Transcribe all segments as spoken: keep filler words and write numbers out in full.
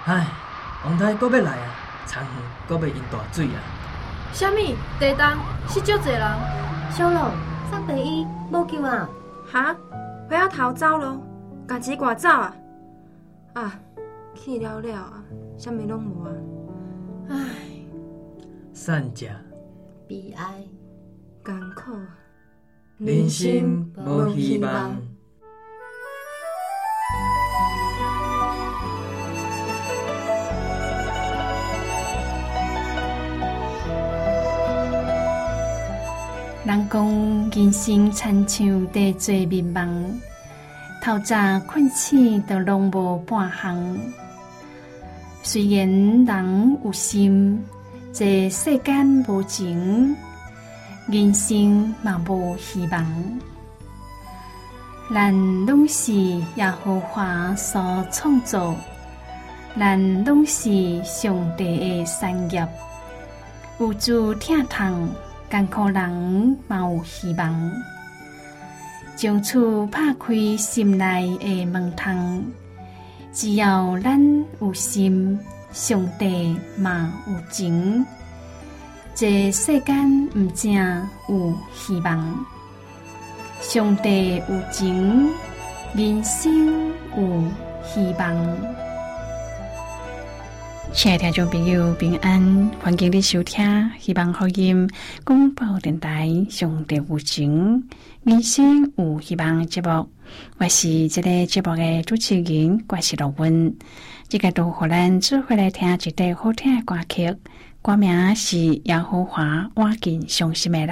唉，王太阁要来啊，田园阁要淹大水啊！ 啥物？地动死足侪人。 小龙，送第一无救啊！ 哈，我要逃走咯，家己赶走啊！啊，去了了啊，啥物拢无啊！唉， 善者悲哀， 艰苦， 人生无希望。 人讲人生亲像地做迷茫，透早困醒都拢无半项。虽然人有心，这世间无情，人生嘛无希望。咱拢是耶和华所创造，咱拢是上帝的产业，有主疼痛。艰苦人嘛有希望，将厝拍开心内的门窗。只要咱有心，上帝嘛有情。这世间毋正有希望，上帝有情，人生有希望。亲爱的听众朋友，平安，欢迎你收听希望福音广播电台上帝有情人生有希望节目。我是这个节目的主持人，我是罗文。这个都互咱做回来听一首好听的歌曲，歌名是《耶和华挽紧伤心的人》。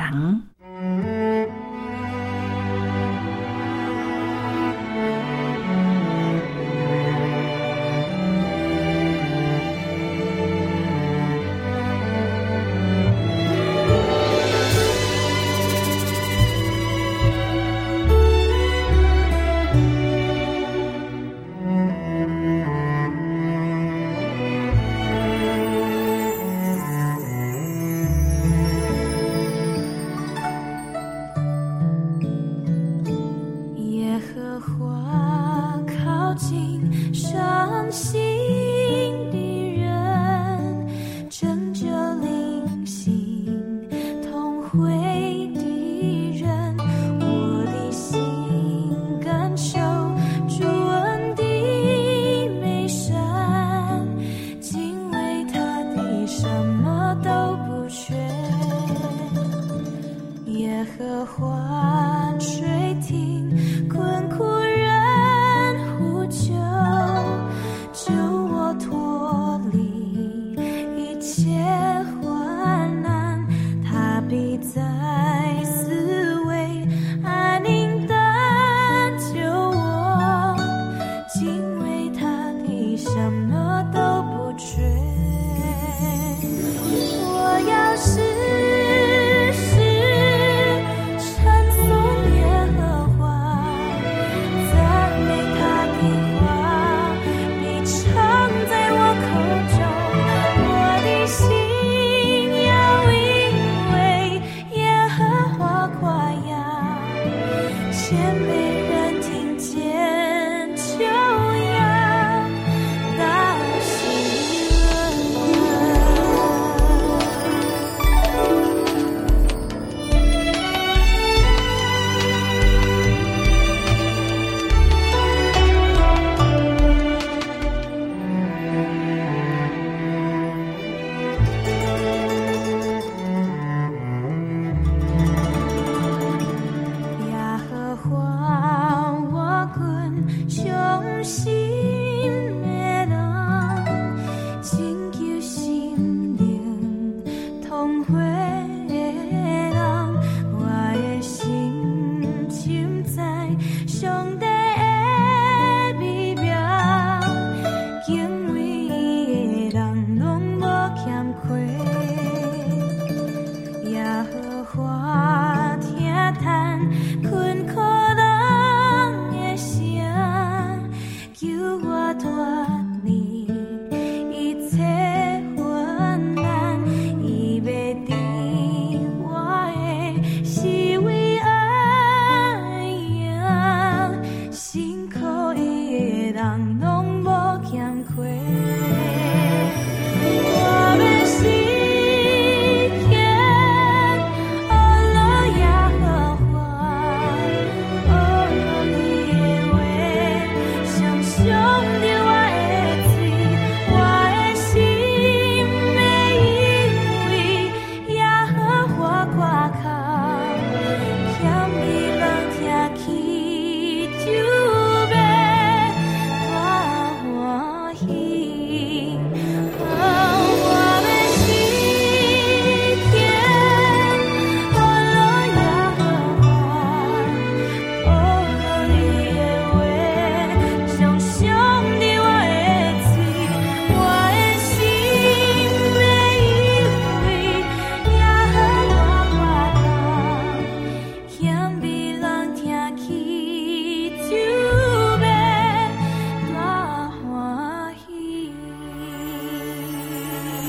人拢无欠亏。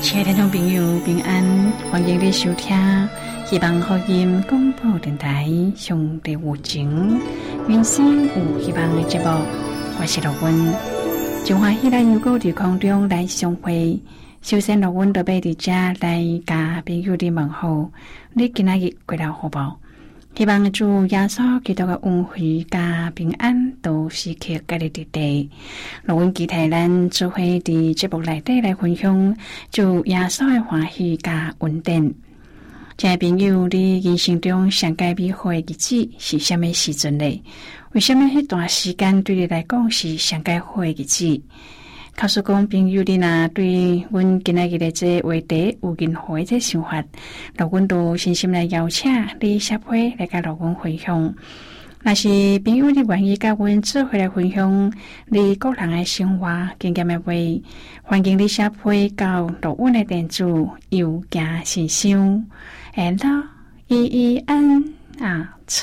亲爱的听众朋友，平安，欢迎你收听希望福音广播电台上帝有情原生有希望的节目，我是乐温。真欢喜咱又搁伫空中来相会。首先，乐温就要伫遮来甲朋友哋问候，你今仔日过了好无？希望主耶稣基督嘅恩惠加平安都时刻甲你伫地。乐温期待咱做伙伫节目内底来分享主耶稣嘅欢喜加恩典。亲爱朋友，你人生中上界美好嘅日子是虾米时阵呢？为什么迄段时间对你来讲是上界好嘅日子？告诉讲朋友，你若对阮今仔日的这话题有任何这想法，乐阮都诚心来邀请你协会来甲乐阮分享。若是朋友你愿意甲阮做伙来分享你个人的生活经验的话，欢迎你协会到乐阮的电子邮件信箱 l e e n at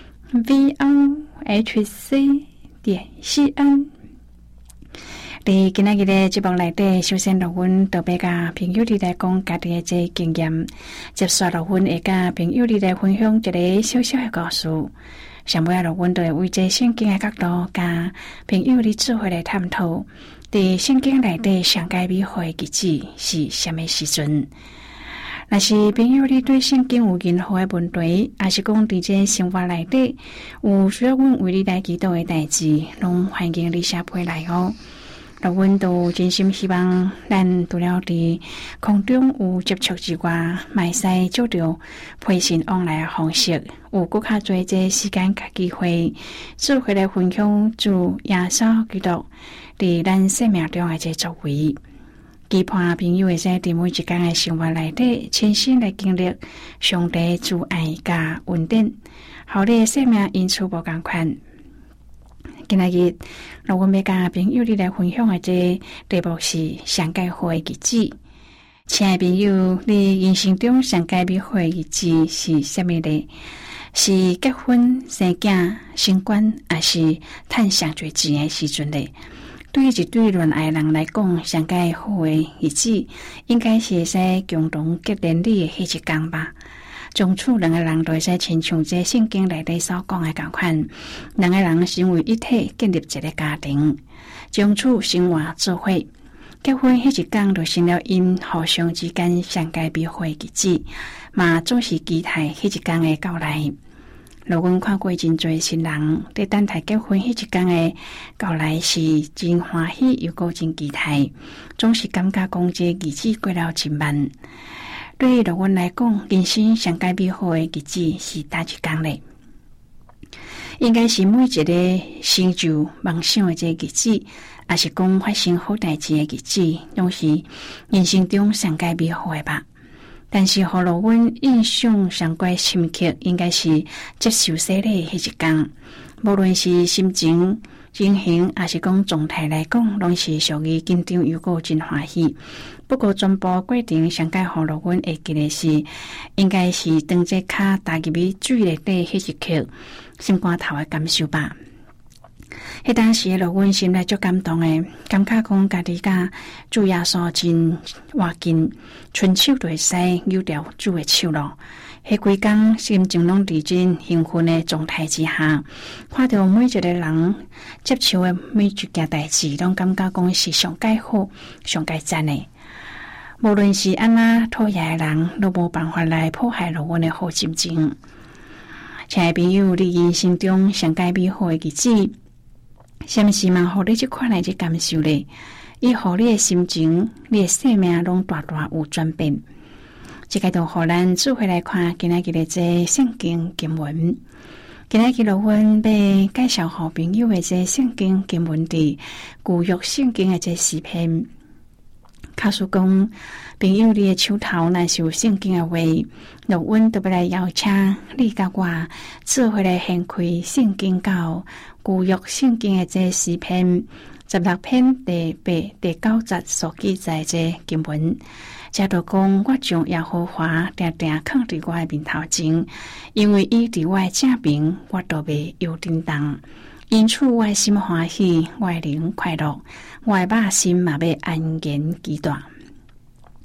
v o h c 点 c n。伫今仔日的节目内底，首先乐阮特别甲朋友哋来讲家己的这经验，接续乐阮会甲朋友哋来分享一个小小的故事。上尾乐阮就会为这圣经的角度，甲朋友哋做伙来探讨，伫圣经内底上界美好的日子是虾米时阵？若是朋友你对圣经有任何的问题，还是讲伫这生活内底有需要阮为你来祈祷的代志，拢欢迎你写批来哦。乐阮都真心希望咱除了伫空中有接触之外，卖使做着陪信往来的方式，有更较多这时间甲机会，做回来分享主耶稣基督伫咱生命中的这作为。期盼朋友会使伫每一天的生活内底，亲身来经历上帝主爱甲恩典，互你的生命因此无共款。今仔日，乐阮要甲朋友你来分享的这题目是上界好的日子。亲爱朋友，你人生中上界美好的日子是啥物呢？是结婚、生囝、升官，还是趁上侪钱的时阵呢？对于一对恋爱人来讲，上界好的日子，应该是会使共同结连理的迄一天吧。从此两个人都会使亲像这圣经内底所讲的共款，两个人成为一体，建立一个家庭，从此生活做伙。结婚迄一天就成了因互相之间上界美好的日子，嘛总是期待迄一天的到来。如阮看过真侪新人在等待结婚迄一天的到来是真欢喜又够真期待，总是感觉讲这日子过了真慢。对于阮来讲，人生上界美好的日子是哪一天呢？应该是每一个成就梦想的这日子，还是讲发生好代志的日子，拢是人生中上界美好的吧。但是，互落阮印象上怪深刻，应该是接受洗礼迄一天。无论是心情、情形，还是讲状态来讲，拢是属于紧张又够真欢喜。不过，全部过程上界互落阮会记得是，应该是当这脚踏入去水内底迄一刻，心肝头的感受吧。迄当时落阮心内足感动诶，感觉讲家己甲主耶稣真活近，伸手就会使扭掉主诶手咯。迄几工心情拢伫真兴奋诶状态之下，看到每一个人接受诶每一件代志，拢感觉讲是上介好、上介赞诶。无论是安那讨厌诶人，都无办法来破坏落阮诶好心情。亲爱朋友，你人生中上介美好诶日子，什么时嘛，互你这款来这感受咧？伊互你的心情、你的生命拢大大有转变。这个就互咱做回来看今仔日的这圣经经文。今仔日我阮要介绍互朋友的这圣经经文伫旧约圣经的这诗篇。假使讲朋友你的手头若是有圣经的话，那阮就要来邀请你甲我做回来掀开圣经到旧约圣经的这诗篇十六篇第八、第九节所记载这经文。这就讲，我将耶和华定定放伫我的面头前，因为伊伫我的正边，我都袂忧震动。因此，我的心欢喜，我的灵快乐，我的肉心嘛要安然期待。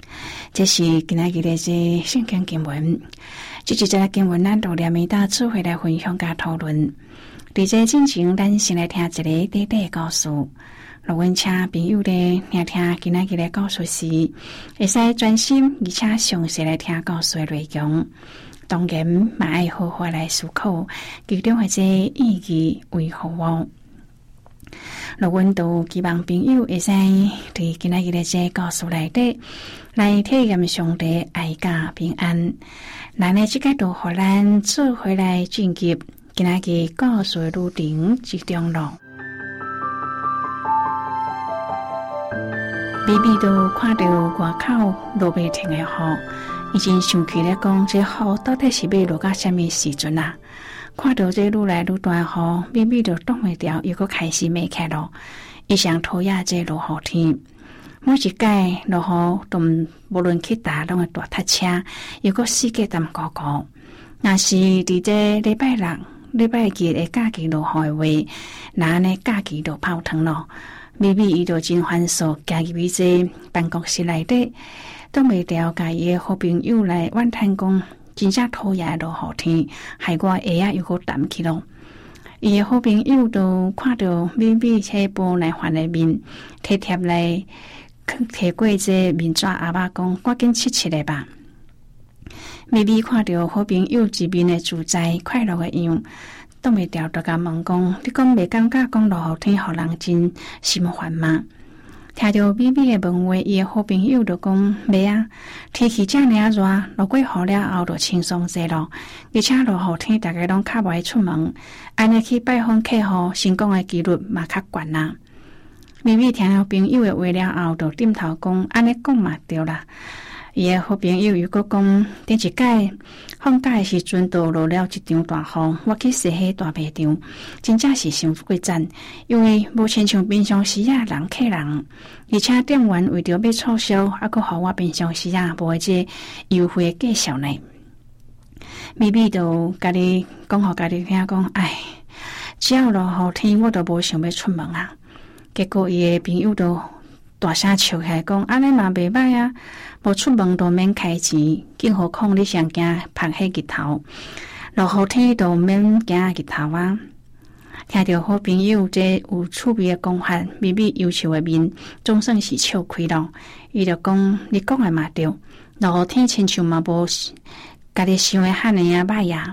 这是今仔日的这圣经经文，这一则经文咱读了每大智慧来分享加讨论。在这进前，咱先来听一个短短的故事。若阮请朋友咧听听今仔日的故事时，会使专心而且详细来听故事的内容。当然，嘛爱好好来思考其中的这意义为何哦。若阮都希望朋友会使伫今仔日的这故事内底来体验上帝爱甲平安。咱呢即个都互咱做回来进入今仔日故事的旅程之中咯。B B 都看到外口落袂停的雨，已经想起来讲，这雨到底是要落到什么时阵啊？看到这愈来愈大雨 ，B B 就挡袂掉，又搁开始冒起咯。伊想讨厌这落雨天，每一摆落雨都无论去打拢会大塞车，又搁四界淡糊糊。若是伫这礼拜六、礼拜日的假期落雨的话，那呢假期就泡汤咯。B B 伊就真烦躁，行入去这办公室内底，挡袂掉家己的好朋友来怨叹讲，真正讨厌落雨天，害我鞋啊又搁淡去咯。伊的好朋友都看到 B B 这波来烦的面，贴贴来摕过这面纸阿爸讲，赶紧切切的吧。B B 看到好朋友一面的自在快乐的样，挡袂掉就甲问讲，你讲袂感觉讲落雨天互人真心烦吗？听到 B B 的问话，伊的好朋友就讲袂啊，天气这么热，落过雨了后就轻松些咯。而且落雨天大家拢较不爱出门，安尼去拜访客户，成功的几率嘛较悬啦。B B 听到朋友的话了后，就点头讲，安尼讲嘛对啦。伊的好朋友又搁讲，顶一摆放假的时阵，就落了一场大雨，我去踅迄大卖场，真正是幸福过赞。因为无亲像平常时啊人客人，而且店员为着要促销，还搁互我平常时啊无这优惠的价数呢。咪咪就家己讲互家己听讲，哎，只要落雨天，我都无想要出门啊。结果伊的朋友都大声笑起来讲，安尼嘛袂歹啊，无出门都免开钱，更何况你上惊晒迄日头，落雨天都免惊日头啊。听到好朋友这有趣味的讲法，咪咪忧愁的面总算是笑开咯。伊就讲，你讲的嘛对，落雨天亲像嘛无家己想的遐尼啊歹啊。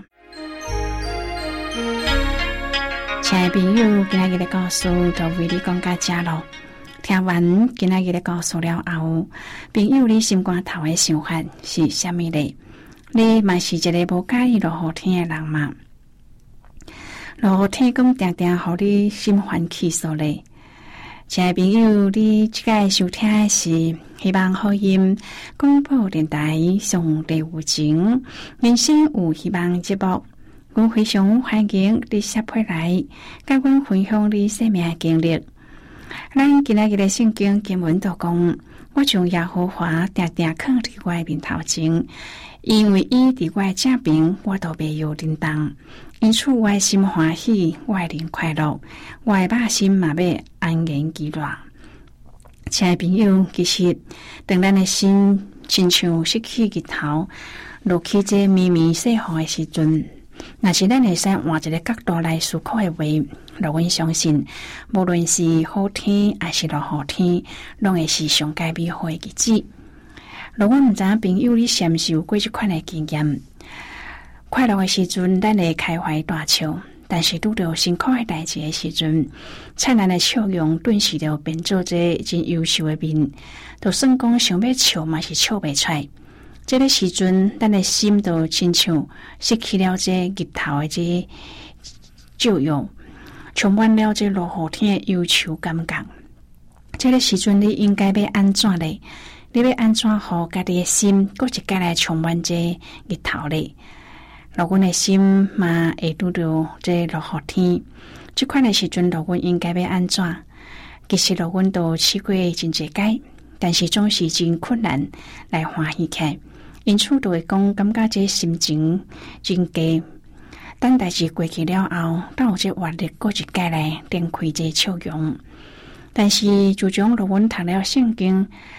亲爱的朋友，今仔日的故事就为你讲到这咯。听完今仔日的故事了后，朋友你心肝头的想法是啥物呢？你嘛是一个无介意落雨天的人吗？落雨天讲定定互你心烦气躁咧。亲爱的朋友，你即个收听的是希望福音广播电台上帝有情人生有希望节目。我非常欢迎你接回来，甲阮分享你生命的经历。咱今仔日的圣经经文就讲，我将耶和华定定放伫我的面头前，因为伊伫我的正边，我都袂有震动。因此我的心欢喜，我的灵快乐，我的百姓嘛要安然喜乐。亲爱的朋友，其实当咱的心亲像失去日头，落去这绵绵细雨的时阵，若是咱会使换一个角度来思考的话，若阮相信，无论是好天还是落雨天，拢会是上界美好的日子。若阮毋知影朋友你是毋是有过即款的经验？快乐的时阵，咱会开怀大笑；但是拄着辛苦的代志的时阵，灿烂的笑容顿时就变做这真忧愁的面，就算讲想要笑嘛是笑袂出来。这个时阵，咱的心都亲像失去了这日头的这照耀，充满了这落雨天的忧愁感觉。这个时阵，你应该要安怎呢？你要安怎互家己的心，搁一摆来充满这日头呢？若阮的心嘛会拄着这落雨天，这款的时阵，若阮应该要安怎？其实若阮都试过真侪解，但是总是真困难来欢喜起来。因此就会讲，感觉这心情真低。等代志过去了后，当有这活力，过一摆来展开这笑容。但是自从若阮读了圣经，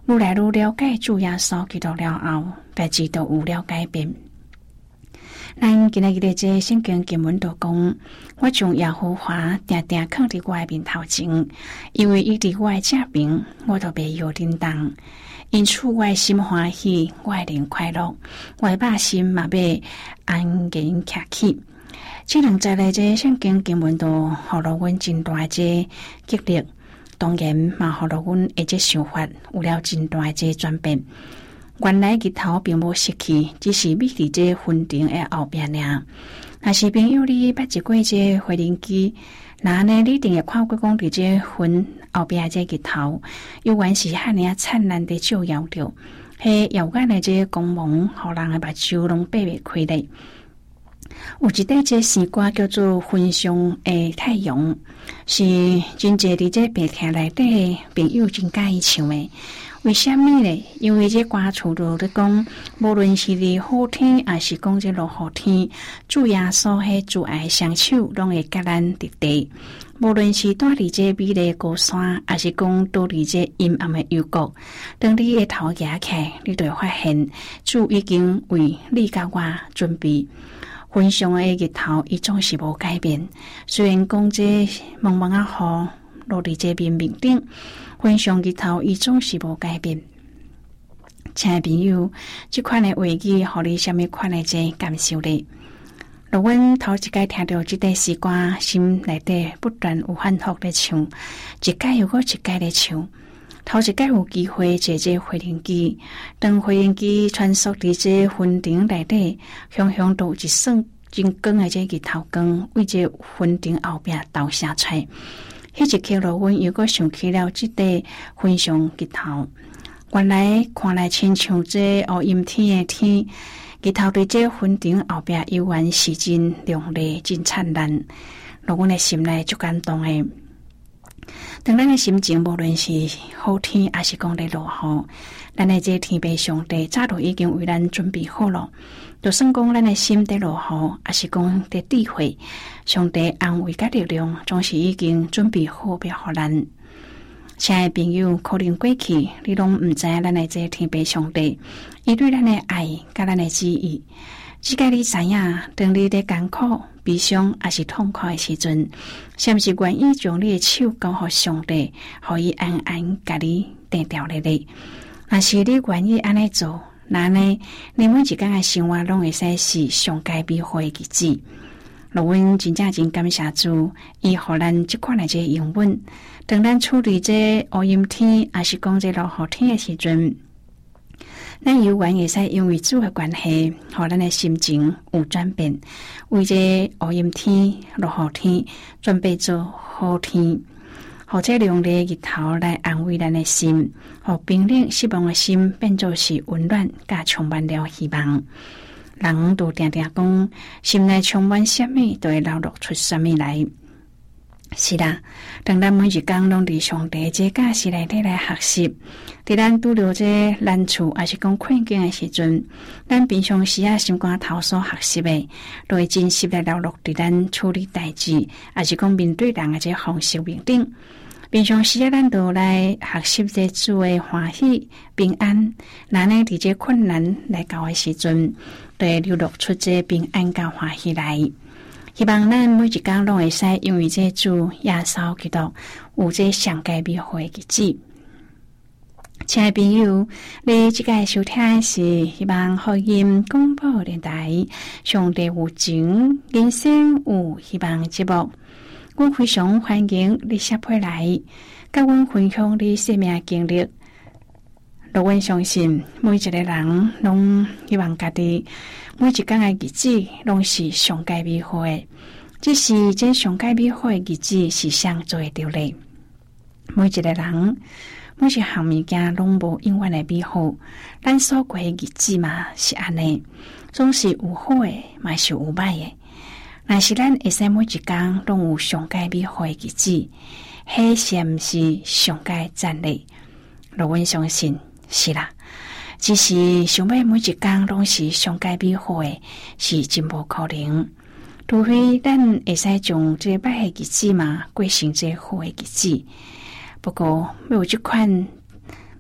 愈来愈了解主耶稣基督了后，代志都有了改变。咱今日嘅这圣经经文就讲，我将耶和华定定放伫我嘅面头前，因为伊伫我嘅正边，我就袂摇叮当。因此我嘅心欢喜，我嘅灵快乐，我嘅百姓嘛要安然徛起。这两节嘅这圣经经文都互了阮真大嘅这激励，当然嘛互了阮嘅这想法有了真大嘅这转变。原来日头并无失去，只是秘伫这坟场的后边尔。若是朋友你捌一过这回灵机，那呢你一定会看过讲伫这坟后边这日头，有原是遐尔灿烂的照耀着，迄耀眼的这光芒，互人的目睭拢闭袂开咧。有一块这诗歌叫做《焚上的太阳》，是真侪伫这白天内底朋友真介意唱的。为什么呢？因为这歌词就咧讲，无论是伫好天，还是讲这落雨天，主耶稣迄主爱双手，拢会甲咱伫地。无论是住伫这美丽高山，还是讲住伫这阴暗的幽谷，当你的头举起，你就会发现主已经为你甲我准备。焚上的日头，伊总是无改变。虽然讲这蒙蒙啊雨落伫这面面顶。焚上日头，伊总是无改变。亲爱朋友，这款的话语，互你什么款的这感受呢？若阮头一摆听到这块诗歌，心内底不断有反复咧唱，一摆又过一摆咧唱。头一摆有机会坐这回灵机，当回灵机穿梭伫这坟场内底，向向都有一算真光的这日头光，为这坟场后壁投射出来。迄一刻，落阮又阁想起了即块焚上日头。原来看来亲像这乌阴天的天，日头对这坟场后壁犹原是真亮丽、真灿烂。落阮的心内足感动的。当咱的心情无论是好天，还是讲咧落雨，咱的这天父上帝早就已经为咱准备好了。就算讲咱的心在落雨，还是讲在智慧，上帝安慰甲力量，总是已经准备好要互咱。亲爱的朋友，可能过去你拢毋知咱的这天父上帝，伊对咱的爱甲咱的旨意。只该你知影，当你在艰苦、悲伤还是痛苦的时阵，是毋是愿意将你的手交予上帝，互伊安安甲你定调咧咧？若是你愿意安尼做，那呢，你每一天的生活拢会使是上界美好的日子。若阮真正真感谢主，伊互咱即款的这应允。当咱处理这乌阴天，还是讲这落雨天的时阵，咱犹原会使因为主的关系，互咱的心情有转变，为这乌阴天、落雨天准备做好天。互这亮丽日头来安慰咱的心，互冰冷失望的心变作是温暖，甲充满了希望。人都定定讲，心内充满什么，都会流露出什么来。是啦，当咱每一天拢伫上帝这教室内底来学习，伫咱拄着这难处，还是讲困境的时阵，咱平常时啊心肝头所学习的，都会真实来流露伫咱处理代志，还是讲面对人的这方式面顶。平常时啊，咱都来学习这主的欢喜、平安。那呢，伫这困难来到的时阵，都会流露出这平安甲欢喜来。希望咱每一天拢会使因为这主耶稣基督有这上界美好的日子。亲爱朋友，你即个收听是希望福音广播电台上帝有情人生有希望节目。我非常欢迎你写批来，甲阮分享你生命经历。若阮相信每一个人拢希望家己每一天的日子拢是上界美好的，只是这上界美好的日子是谁做会到嘞？每一个人每一项物件拢无永远的美好，咱所过的日子嘛是安尼，总是有好的，嘛是有歹的。若是咱会使每一天拢有上界美好的日子，迄是毋是上界赞嘞？若阮相信是啦，只是想要每一天拢是上界美好的，是真无可能。除非咱会使将这歹的日子嘛过成这好的日子。不过要有这款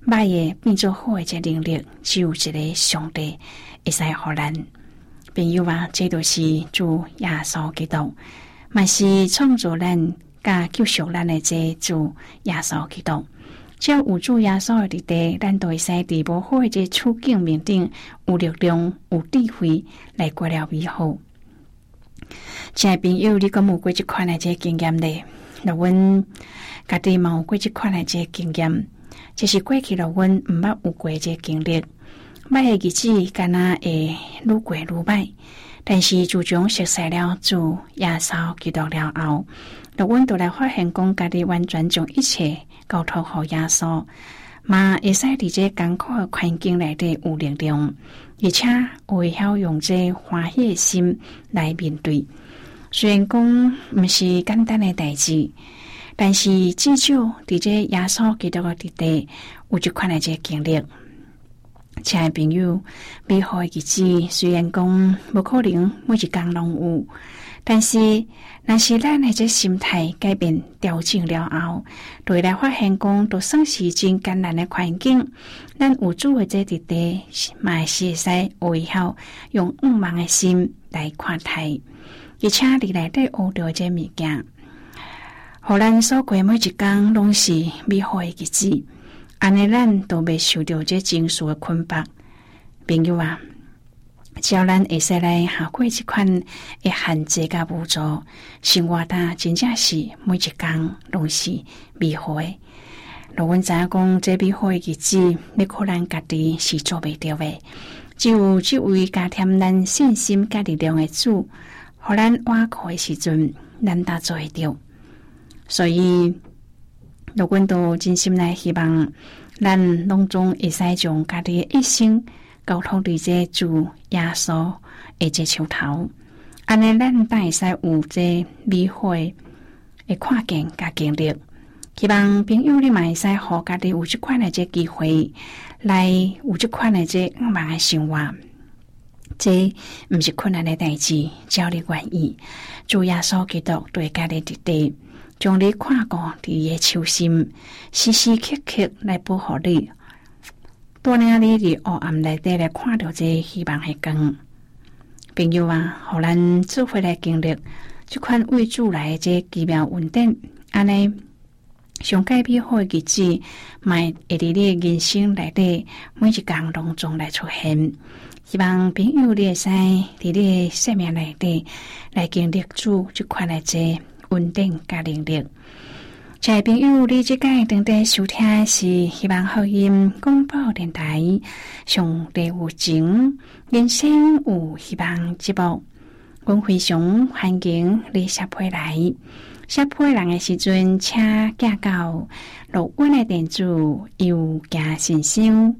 歹的变做好的这能力，只有一个上帝会使互咱。朋友啊，这就是主耶稣基督，嘛是创造咱甲救赎咱的这主耶稣基督。只要有主耶稣的伫地，咱都会使伫无好的这处境面顶有力量、有智慧来过了美好。亲爱朋友，你敢有过这款的这经验呢？那阮家己嘛有过这款的这经验，就是过去了阮毋捌有过这经历。歹的日子敢若会愈过愈歹，但是自从熟悉了主耶稣基督了后，那阮就来发现讲家己完全将一切交托予耶稣，嘛会使伫这艰苦的环境内底有力量，而且会晓用这欢喜的心来面对。虽然讲毋是简单的代志，但是至少伫这耶稣基督的伫地有一款的这经历。亲爱朋友，美好的日子虽然讲无可能每一天拢有，但是若是咱的这心态改变调整了后，就会来发现讲，就算是真艰难的环境，咱有主的这伫地，嘛是会使会晓用仰望的心来看待，而且伫内底学到这物件，互咱所过每一天拢是美好的日子。安尼咱都未受到这情绪的捆绑。朋友啊，只要咱会使来下过这款的限制甲无助，生活呾真正是每一天拢是美好的。若阮知影讲这美好的日子，要靠咱家己是做袂到的，只有这位加添咱信心甲力量的主，互咱挖苦的时阵，咱才做会到。所以若阮都真心来希望，咱拢总会使将家己的一生交托伫这主耶稣的这手头，安尼咱才会使有这美好的看见甲经历。希望朋友你嘛会使互家己有这款的这机会，来有这款的这仰望的生活。这毋是困难的代志，只要你愿意，主耶稣基督对家己伫地。将你看顾伫伊的手心，时时刻刻来保护你，带领你伫黑暗内底来看到这希望的光。朋友啊，互咱做伙来经历这款为主来的这奇妙稳定，安尼上界美好的日子，嘛会伫你的人生内底每一天当中来出现。希望朋友你会使伫你的生命内底来经历主这款的这稳定加能力。亲爱朋友，你即摆正在收听的是希望福音广播电台上帝有情人生有希望节目。阮非常欢迎你写批来，写批人的时阵，请寄到录音的电子邮件信箱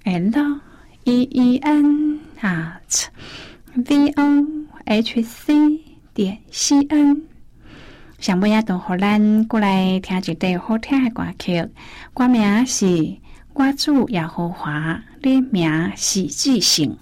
l e e n at v o h c 点 c n。上尾仔就互咱过来听一段好听的歌曲，歌名是《我主耶和华》，你名是至圣。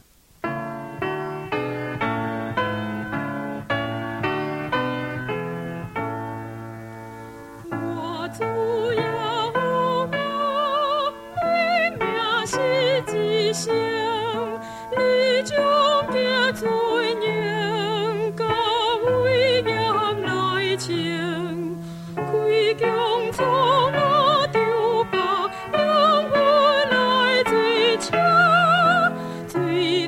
对。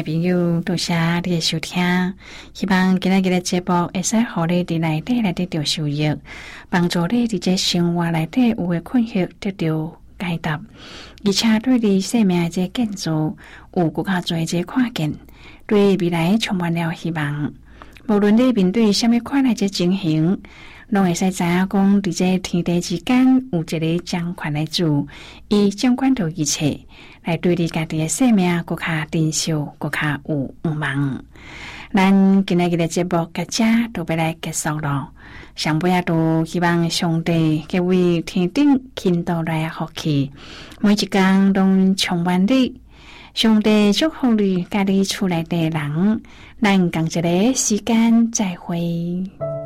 朋友，多谢你的收听，希望今日嘅节目会使互你伫内底来得到收益，帮助你伫这生活内底有嘅困惑得到解答，而且对你生命嘅建筑有更加多嘅看见，对未来充满了希望。无论你面对什么款嘅情形，拢会使知影讲，伫这天地之间有一个掌权的主，伊掌管着一切，来对你家己的生命更加珍惜，更加有希望。咱今日嘅节目到这都要来结束咯。上尾啊，都希望上帝各位天顶倾倒来福气，每一天拢充满你。上帝祝福你，家己厝内的人，咱同一个时间再会。